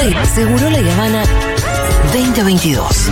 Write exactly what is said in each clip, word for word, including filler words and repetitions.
de Seguro La Habana veinte veintidós.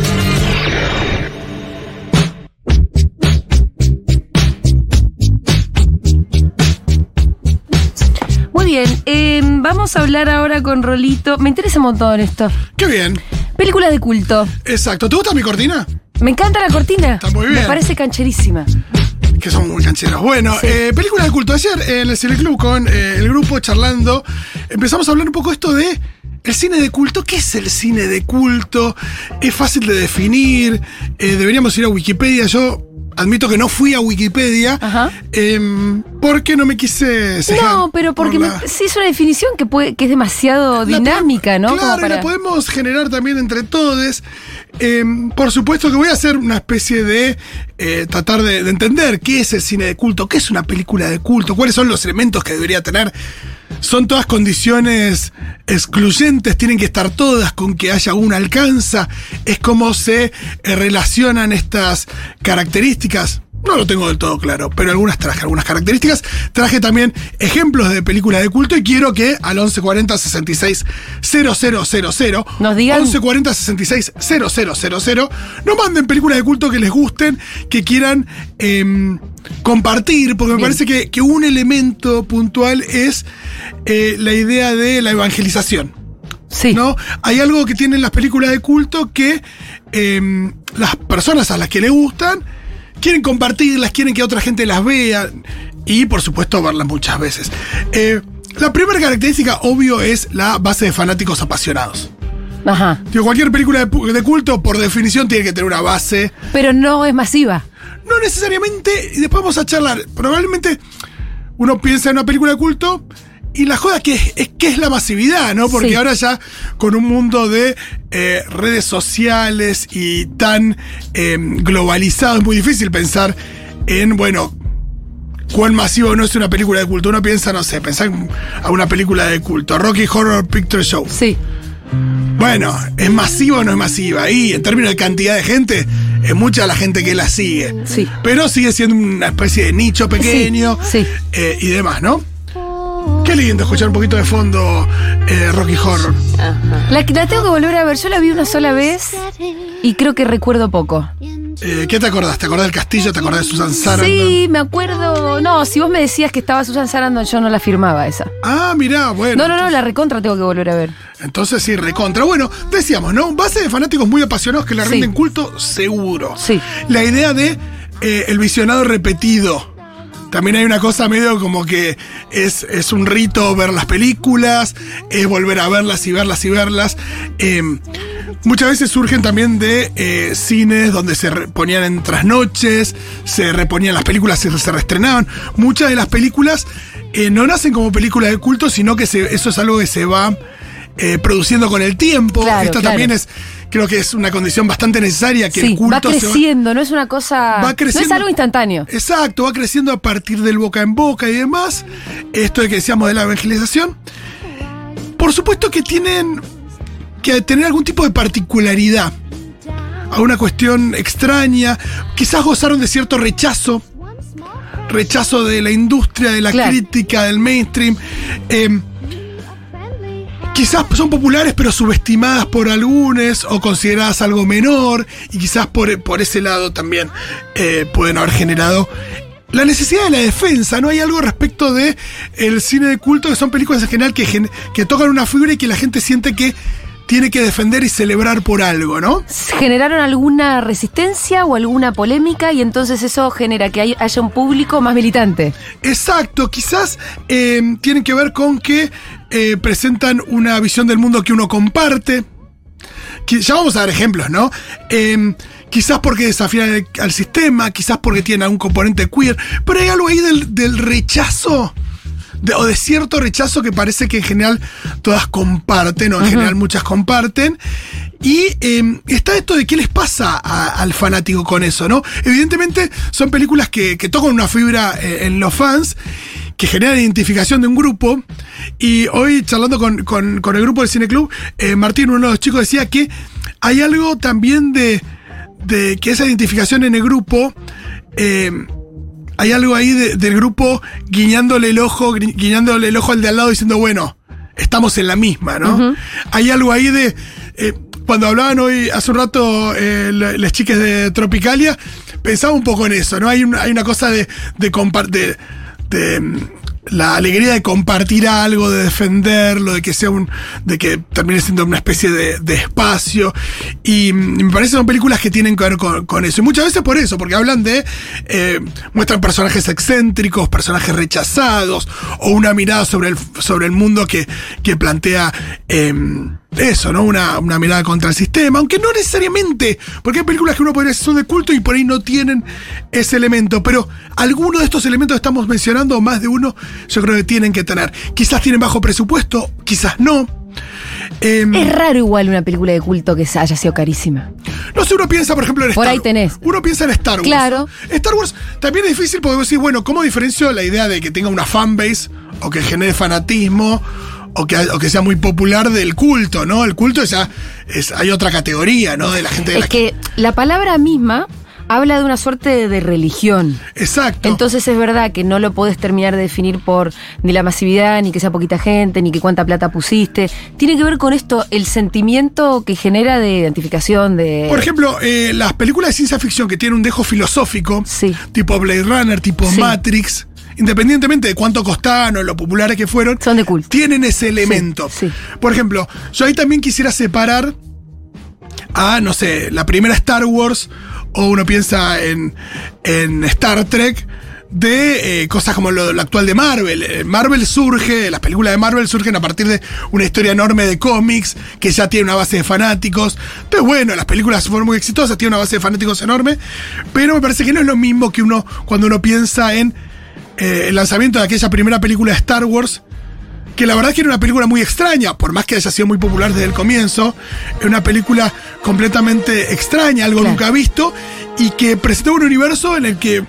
Muy bien, eh, vamos a hablar ahora con Rolito. Me interesa un montón esto. Qué bien. Película de culto. Exacto. ¿Te gusta mi cortina? Me encanta la cortina. Está muy bien. Me parece cancherísima. Que son muy cancheros. Bueno, sí. eh, película de culto. Ayer en el Cineclub con eh, el grupo charlando, empezamos a hablar un poco esto de el cine de culto. ¿Qué es el cine de culto? ¿Es fácil de definir? Eh, deberíamos ir a Wikipedia. Yo admito que no fui a Wikipedia eh, porque no me quise cejar. No, pero porque por la... me, sí es una definición que, puede, que es demasiado la dinámica, ¿no? Claro, para... la podemos generar también entre todos. Eh, por supuesto que voy a hacer una especie de eh, tratar de, de entender qué es el cine de culto, qué es una película de culto, cuáles son los elementos que debería tener. Son todas condiciones excluyentes, tienen que estar todas con que haya una alcanza. Es cómo se eh, relacionan estas características. No lo tengo del todo claro, pero algunas traje, algunas características. Traje también ejemplos de películas de culto y quiero que al once cuarenta sesenta y seis cero cero cero cero nos digan once cuarenta sesenta y seis cero cero cero cero nos manden películas de culto que les gusten, que quieran eh, compartir, porque me Bien. parece que, que un elemento puntual es eh, la idea de la evangelización. Sí. ¿No? Hay algo que tienen las películas de culto que eh, las personas a las que les gustan quieren compartirlas, quieren que otra gente las vea y, por supuesto, verlas muchas veces. Eh, la primera característica, obvio, es la base de fanáticos apasionados. Ajá. Digo, cualquier película de, de culto, por definición, tiene que tener una base. Pero no es masiva. No necesariamente, y después vamos a charlar. Probablemente uno piensa en una película de culto y la joda que es, es que es la masividad, ¿no? Porque sí. ahora ya con un mundo de eh, redes sociales y tan eh, globalizado es muy difícil pensar en, bueno, cuán masivo no es una película de culto. Uno piensa, no sé, pensar en una película de culto, Rocky Horror Picture Show. Sí. Bueno, ¿es masiva o no es masiva? Y en términos de cantidad de gente, es mucha la gente que la sigue. Sí. Pero sigue siendo una especie de nicho pequeño sí, sí. Eh, y demás, ¿no? Qué lindo escuchar un poquito de fondo eh, Rocky Horror. La, la tengo que volver a ver. Yo la vi una sola vez y creo que recuerdo poco. Eh, ¿Qué te acordás? ¿Te acordás del castillo? ¿Te acordás de Susan Sarandon? Sí, me acuerdo. No, si vos me decías que estaba Susan Sarandon, yo no la firmaba esa. Ah, mirá, bueno. No, no, entonces, no, la recontra tengo que volver a ver. Entonces sí, recontra. Bueno, decíamos, ¿no? Base de fanáticos muy apasionados que le rinden sí. culto, seguro. Sí. La idea de eh, el visionado repetido. También hay una cosa medio como que es, es un rito ver las películas, es volver a verlas y verlas y verlas. Eh, muchas veces surgen también de eh, cines donde se ponían en trasnoches, se reponían las películas y se reestrenaban. Muchas de las películas eh, no nacen como películas de culto, sino que se, eso es algo que se va eh, produciendo con el tiempo. Claro, Esta claro. también es... Creo que es una condición bastante necesaria que sí, el culto va creciendo, se va, no es una cosa... va creciendo, no es algo instantáneo. Exacto, va creciendo a partir del boca en boca y demás. Esto de que decíamos de la evangelización. Por supuesto que tienen que tener algún tipo de particularidad. A una cuestión extraña. Quizás gozaron de cierto rechazo. Rechazo de la industria, de la claro. crítica, del mainstream. Eh, Quizás son populares pero subestimadas por algunos o consideradas algo menor y quizás por, por ese lado también eh, pueden haber generado la necesidad de la defensa. ¿No hay algo respecto de el cine de culto que son películas en general que, gen, que tocan una figura y que la gente siente que tiene que defender y celebrar por algo, ¿no? ¿Generaron alguna resistencia o alguna polémica y entonces eso genera que hay, haya un público más militante? Exacto, quizás eh, tienen que ver con que eh, presentan una visión del mundo que uno comparte. Que, ya vamos a dar ejemplos, ¿no? Eh, quizás porque desafían al, al sistema, quizás porque tienen algún componente queer, pero hay algo ahí del, del rechazo. De, o de cierto rechazo que parece que en general todas comparten, o en uh-huh. general muchas comparten. Y eh, está esto de qué les pasa a, al fanático con eso, ¿no? Evidentemente son películas que, que tocan una fibra eh, en los fans, que generan identificación de un grupo. Y hoy, charlando con, con, con el grupo del Cineclub, eh, Martín, uno de los chicos, decía que hay algo también de, de que esa identificación en el grupo... Eh, Hay algo ahí de, del grupo guiñándole el ojo, guiñándole el ojo al de al lado diciendo, bueno, estamos en la misma, ¿no? Uh-huh. Hay algo ahí de... Eh, cuando hablaban hoy, hace un rato, eh, las chicas de Tropicalia, pensaba un poco en eso, ¿no? Hay, un, hay una cosa de, de, compartir, de, de la alegría de compartir algo, de defenderlo, de que sea un, de que termine siendo una especie de, de espacio. Y me parece que son películas que tienen que ver con, con eso. Y muchas veces por eso, porque hablan de, eh, muestran personajes excéntricos, personajes rechazados, o una mirada sobre el, sobre el mundo que, que plantea, eh, eso, ¿no? Una, una mirada contra el sistema, aunque no necesariamente, porque hay películas que uno podría decir son de culto y por ahí no tienen ese elemento, pero alguno de estos elementos que estamos mencionando, o más de uno, yo creo que tienen que tener. Quizás tienen bajo presupuesto, quizás no. Eh, es raro igual una película de culto que haya sido carísima. No sé, uno piensa, por ejemplo, en por Star ahí tenés. Uno piensa en Star Wars. Claro. Star Wars también es difícil porque vos decís, bueno, ¿cómo diferencio la idea de que tenga una fanbase o que genere fanatismo? O que, o que sea muy popular del culto, ¿no? El culto ya es, hay otra categoría, ¿no? De la gente de es la que la palabra misma habla de una suerte de, de religión. Exacto. Entonces es verdad que no lo podés terminar de definir por ni la masividad, ni que sea poquita gente, ni que cuánta plata pusiste. Tiene que ver con esto, el sentimiento que genera de identificación, de... Por ejemplo, eh, las películas de ciencia ficción que tienen un dejo filosófico, sí. tipo Blade Runner, tipo sí. Matrix... Independientemente de cuánto costaban o lo populares que fueron, son de culto. Tienen ese elemento. Sí, sí. Por ejemplo, yo ahí también quisiera separar a, no sé, la primera Star Wars, o uno piensa en, en Star Trek, de eh, cosas como lo, lo actual de Marvel. Eh, Marvel surge, las películas de Marvel surgen a partir de una historia enorme de cómics, que ya tiene una base de fanáticos. Entonces, bueno, las películas fueron muy exitosas, tienen una base de fanáticos enorme, pero me parece que no es lo mismo que uno, cuando uno piensa en Eh, el lanzamiento de aquella primera película de Star Wars, que la verdad es que era una película muy extraña, por más que haya sido muy popular desde el comienzo, es una película completamente extraña, algo claro. nunca visto, y que presentó un universo en el que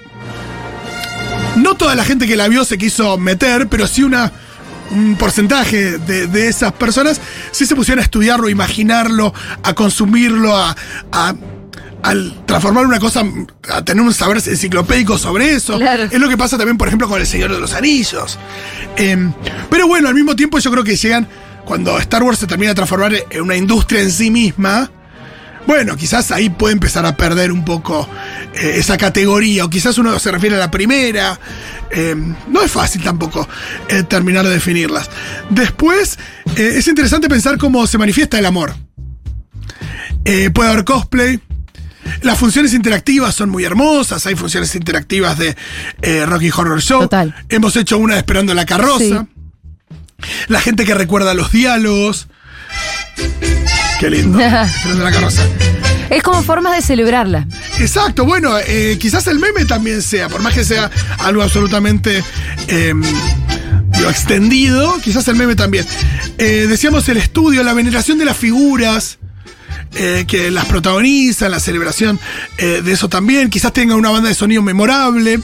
no toda la gente que la vio se quiso meter, pero sí una, un porcentaje de, de esas personas sí se pusieron a estudiarlo, a imaginarlo, a consumirlo, a... a al transformar una cosa, a tener un saber enciclopédico sobre eso. Claro. Es lo que pasa también, por ejemplo, con El Señor de los Anillos. Eh, pero bueno, al mismo tiempo yo creo que llegan, cuando Star Wars se termina de transformar en una industria en sí misma, bueno, quizás ahí puede empezar a perder un poco eh, esa categoría, o quizás uno se refiere a la primera. Eh, no es fácil tampoco eh, terminar de definirlas. Después, eh, es interesante pensar cómo se manifiesta el amor. Eh, puede haber cosplay. Las funciones interactivas son muy hermosas. Hay funciones interactivas de eh, Rocky Horror Show. Total. Hemos hecho una de Esperando la Carroza. Sí. La gente que recuerda los diálogos. Qué lindo. Esperando la Carroza. Es como formas de celebrarla. Exacto. Bueno, eh, quizás el meme también sea, por más que sea algo absolutamente eh, digo, extendido, quizás el meme también. Eh, decíamos el estudio, la veneración de las figuras. Eh, que las protagonizan, la celebración eh, de eso también. Quizás tenga una banda de sonido memorable.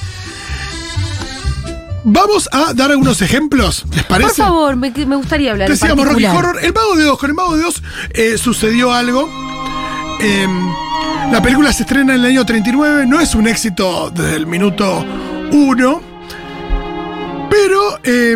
Vamos a dar algunos ejemplos, ¿les parece? Por favor, me, me gustaría hablar. Decíamos Rocky Horror, El Mago de Oz. Con El Mago de Oz eh, sucedió algo. Eh, la película se estrena en el año treinta y nueve. No es un éxito desde el minuto uno. Pero... Eh,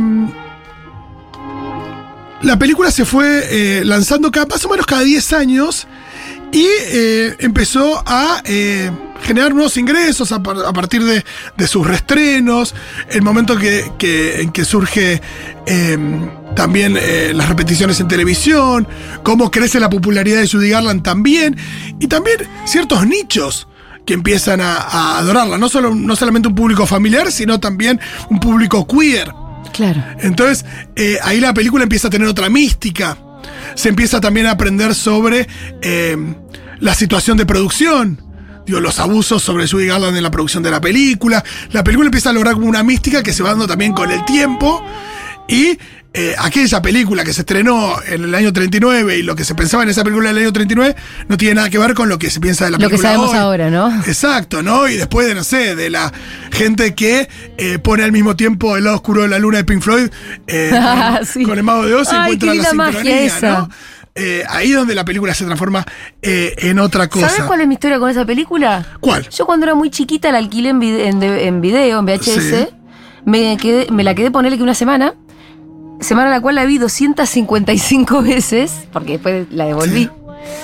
la película se fue eh, lanzando cada, más o menos cada diez años y eh, empezó a eh, generar nuevos ingresos a, par, a partir de, de sus reestrenos, el momento que, que, en que surge eh, también eh, las repeticiones en televisión, cómo crece la popularidad de Judy Garland también, y también ciertos nichos que empiezan a, a adorarla, no, solo, no solamente un público familiar, sino también un público queer. Claro. Entonces, eh, ahí la película empieza a tener otra mística. Se empieza también a aprender sobre eh, la situación de producción. Digo, los abusos sobre Judy Garland en la producción de la película. La película empieza a lograr como una mística que se va dando también con el tiempo. Y eh, aquella película que se estrenó en el año treinta y nueve y lo que se pensaba en esa película del año treinta y nueve no tiene nada que ver con lo que se piensa de la lo película Lo que sabemos hoy. ahora, ¿no? Exacto, ¿no? Y después de, no sé, de la gente que eh, pone al mismo tiempo El lado oscuro de la luna de Pink Floyd eh, con, sí. con El Mago de Oz y encuentra la sincronía, esa. ¿no? Eh, ahí es donde la película se transforma eh, en otra cosa. ¿Sabes cuál es mi historia con esa película? ¿Cuál? Yo cuando era muy chiquita la alquilé en, vide- en, de- en video, en V H S. Sí. Me, quedé, me la quedé ponerle que una semana. semana a la cual la vi doscientas cincuenta y cinco veces, porque después la devolví. Sí.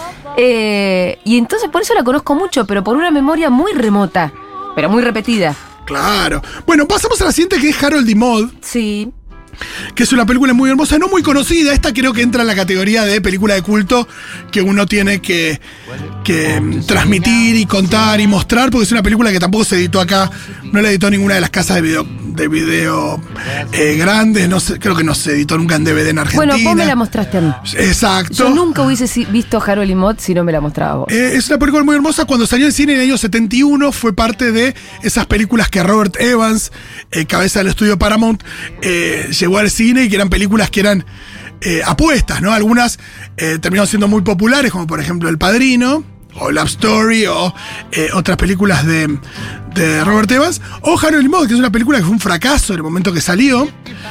Eh, y entonces por eso la conozco mucho, pero por una memoria muy remota, pero muy repetida. Claro. Bueno, pasamos a la siguiente, que es Harold y Maude. Sí. Que es una película muy hermosa, no muy conocida. Esta creo que entra en la categoría de película de culto que uno tiene que, que transmitir y contar y mostrar, porque es una película que tampoco se editó acá, no la editó ninguna de las casas de video, de video eh, grandes, no sé, creo que no se editó nunca en D V D en Argentina. Bueno, vos me la mostraste a mí. Exacto. Yo nunca hubiese visto Harold y Maude si no me la mostraba vos. Eh, es una película muy hermosa. Cuando salió en cine en el año setenta y uno, fue parte de esas películas que Robert Evans, eh, cabeza del estudio Paramount, eh, llevó al cine, y que eran películas que eran eh, apuestas, ¿no? Algunas eh, terminaron siendo muy populares, como por ejemplo El Padrino, o Love Story, o eh, otras películas de, de Robert Evans, o Harold y Maude, que es una película que fue un fracaso en el momento que salió.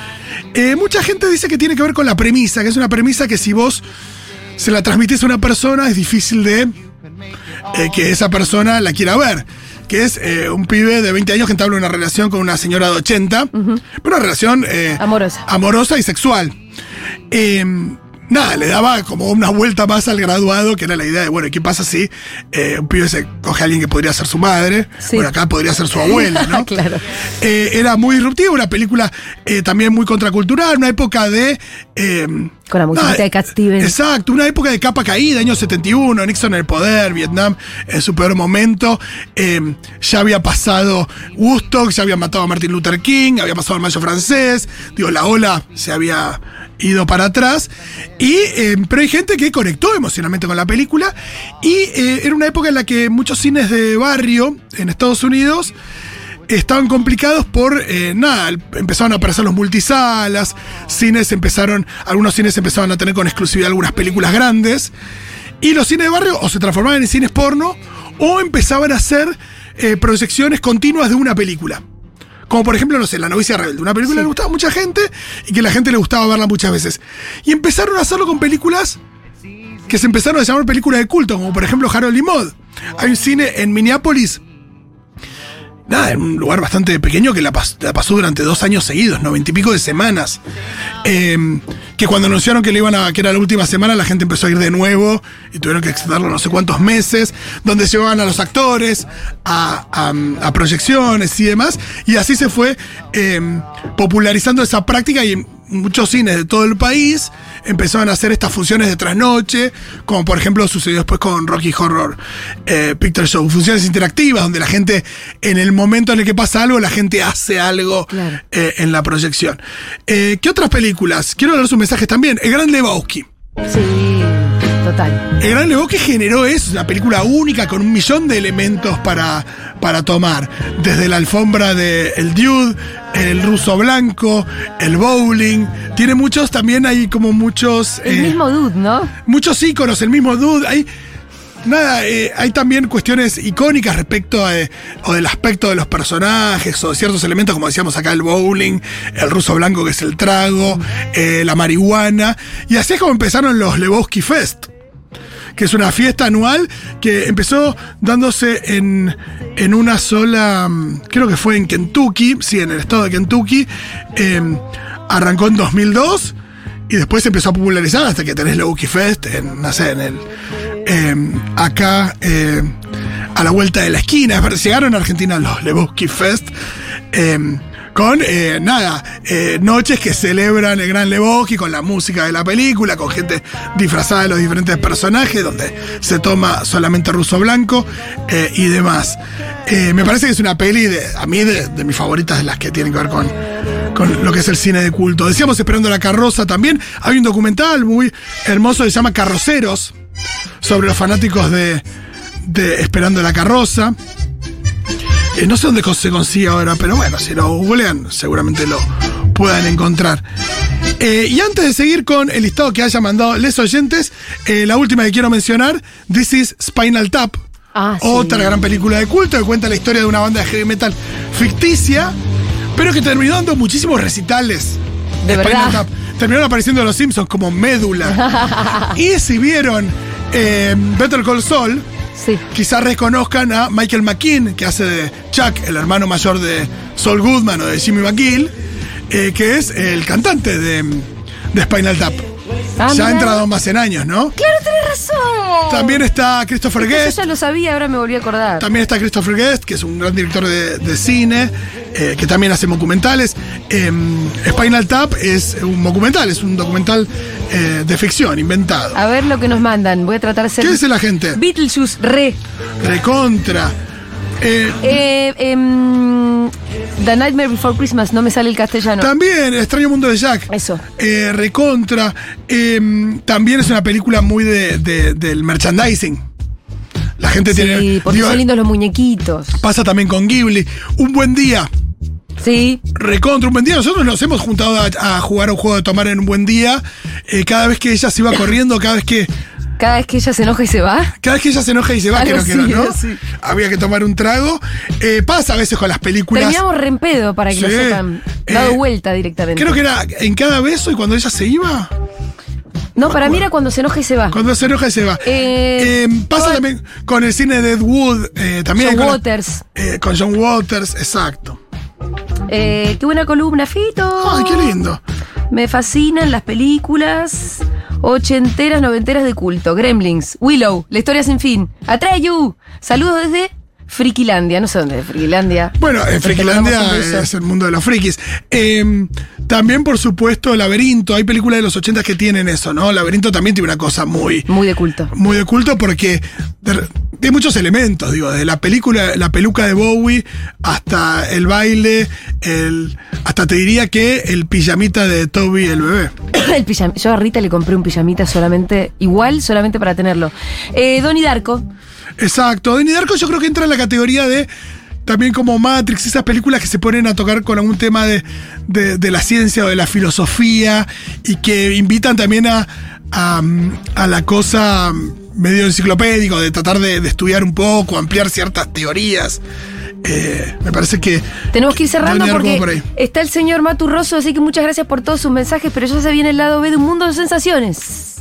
Eh, mucha gente dice que tiene que ver con la premisa, que es una premisa que si vos se la transmitís a una persona, es difícil de eh, que esa persona la quiera ver. Que es eh, un pibe de veinte años que entabla una relación con una señora de ochenta, uh-huh. Pero una relación eh, amorosa. amorosa y sexual. Eh, nada, le daba como una vuelta más al graduado, que era la idea de, bueno, ¿qué pasa si eh, un pibe se coge a alguien que podría ser su madre? Sí. Bueno, acá podría ser su abuela, ¿no? Claro. Eh, era muy disruptiva, una película eh, también muy contracultural, una época de... Eh, Con la musiquita nada, de Cat Stevens. Exacto, una época de capa caída, año setenta y uno, Nixon en el poder, Vietnam en su peor momento. Eh, ya había pasado Woodstock, ya habían matado a Martin Luther King, había pasado el Mayo francés, digo, la ola se había ido para atrás. Y, eh, pero hay gente que conectó emocionalmente con la película, y eh, era una época en la que muchos cines de barrio en Estados Unidos estaban complicados por, eh, nada, empezaron a aparecer los multisalas, cines empezaron, algunos cines empezaban a tener con exclusividad algunas películas grandes, y los cines de barrio o se transformaban en cines porno, o empezaban a hacer eh, proyecciones continuas de una película. Como por ejemplo, no sé, La novicia rebelde, una película sí. que le gustaba a mucha gente, y que la gente le gustaba verla muchas veces. Y empezaron a hacerlo con películas que se empezaron a llamar películas de culto, como por ejemplo Harold y Maude. Hay un cine en Minneapolis, nada, en un lugar bastante pequeño, que la, pas- la pasó durante dos años seguidos, noventa y pico de semanas. Eh, que cuando anunciaron que le iban a, que era la última semana, la gente empezó a ir de nuevo y tuvieron que extenderlo no sé cuántos meses, donde llevaban a los actores a, a, a proyecciones y demás, y así se fue eh, popularizando esa práctica, y muchos cines de todo el país empezaron a hacer estas funciones de trasnoche, como por ejemplo sucedió después con Rocky Horror eh, Picture Show, funciones interactivas donde la gente, en el momento en el que pasa algo, la gente hace algo claro. eh, en la proyección. Eh, ¿Qué otras películas? Quiero dar sus mensajes también. El Gran Lebowski. Sí, total. El Gran Lebowski generó eso, una película única con un millón de elementos para, para tomar. Desde la alfombra de El Dude, el ruso blanco, el bowling. Tiene muchos, también hay como muchos... El eh, mismo Dude, ¿no? Muchos íconos, el mismo Dude. Hay, nada, eh, hay también cuestiones icónicas respecto a, eh, o del aspecto de los personajes, o de ciertos elementos, como decíamos acá, el bowling, el ruso blanco, que es el trago, eh, la marihuana. Y así es como empezaron los Lebowski Fest, que es una fiesta anual que empezó dándose en, en una sola, creo que fue en Kentucky, sí, en el estado de Kentucky. Eh, arrancó en dos mil dos y después se empezó a popularizar hasta que tenés Lebowski Fest, en, no sé, en el, eh, acá eh, a la vuelta de la esquina. Llegaron a Argentina los Lebowski Fest. Eh, Con, eh, nada, eh, noches que celebran el Gran Lebowski, con la música de la película, con gente disfrazada de los diferentes personajes, donde se toma solamente ruso blanco eh, y demás. Eh, me parece que es una peli, de, a mí, de, de mis favoritas, de las que tienen que ver con, con lo que es el cine de culto. Decíamos Esperando la carroza también. Hay un documental muy hermoso que se llama Carroceros, sobre los fanáticos de, de Esperando la carroza. Eh, no sé dónde se consigue ahora, pero bueno, si lo googlean seguramente lo puedan encontrar. Eh, y antes de seguir con el listado que hayan mandado les oyentes, eh, la última que quiero mencionar, This is Spinal Tap. Ah, sí. Otra gran película de culto que cuenta la historia de una banda de heavy metal ficticia, pero que terminó dando muchísimos recitales. De Spinal verdad. Tap. Terminaron apareciendo los Simpsons como Médula. Y si vieron eh, Better Call Saul, sí, quizás reconozcan a Michael McKean, que hace de Chuck, el hermano mayor de Saul Goodman o de Jimmy McGill. eh, que es el cantante de, de Spinal Tap. Ah, ya mirá. ha entrado más en años, ¿no? Claro, tenés razón. También está Christopher Yo Guest. ya lo sabía, ahora me volví a acordar. También está Christopher Guest, que es un gran director de, de cine, eh, que también hace documentales. Eh, Spinal Tap es un documental, es un documental eh, de ficción, inventado. A ver lo que nos mandan. Voy a tratar de ser. ¿Qué dice la gente? Beetlejuice, re. Recontra. Eh, Eh, em, The Nightmare Before Christmas, no me sale el castellano. También, Extraño Mundo de Jack. Eso. Eh, recontra. Eh, también es una película muy de, de- del merchandising. La gente Sí, tiene. porque digo, son lindos los muñequitos. pasa también con Ghibli. Un buen día. Sí. Recontra, un buen día. Nosotros nos hemos juntado a, a jugar a un juego de tomar en un buen día. Eh, cada vez que ella se iba corriendo, cada vez que. Cada vez que ella se enoja y se va. Cada vez que ella se enoja y se va, Algo que no, que no, así, ¿no? sí. Había que tomar un trago. Eh, pasa a veces con las películas. Terminamos re en pedo para que lo Sí. sepan. Dado Eh, vuelta directamente. Creo que era en cada beso y cuando ella se iba. No, para mí era cuando se enoja y se va. Cuando se enoja y se va. Eh, Eh, pasa con- también con el cine de Ed Wood. eh, también John con la- Waters. eh, con John Waters, exacto. Eh, qué buena columna, Fito. Ay, qué lindo. Me fascinan las películas ochenteras, noventeras de culto. Gremlins, Willow, La historia sin fin, Atreyu. Saludos desde Frikilandia. No sé dónde es Frikilandia. Bueno, en Pero te Frikilandia mandamos un beso. es el mundo de los frikis. Eh, también, por supuesto, Laberinto. Hay películas de los ochenta que tienen eso, ¿no? Laberinto también tiene una cosa muy, Muy de culto. muy de culto porque de, de muchos elementos, digo, de la película, la peluca de Bowie hasta el baile, el, hasta te diría que el pijamita de Toby el bebé. El pijam- Yo a Rita le compré un pijamita solamente, igual, solamente para tenerlo. Eh, Donnie Darko. Exacto. Donnie Darko yo creo que entra en la categoría de también como Matrix, esas películas que se ponen a tocar con algún tema de, de- de la ciencia o de la filosofía y que invitan también a, a, a la cosa medio enciclopédico, de tratar de, de estudiar un poco, ampliar ciertas teorías. Eh, me parece que Tenemos que ir cerrando Donnie Darko porque va por ahí. está el señor Matu Rosso, así que muchas gracias por todos sus mensajes, pero ya se viene el lado B de Un Mundo de Sensaciones.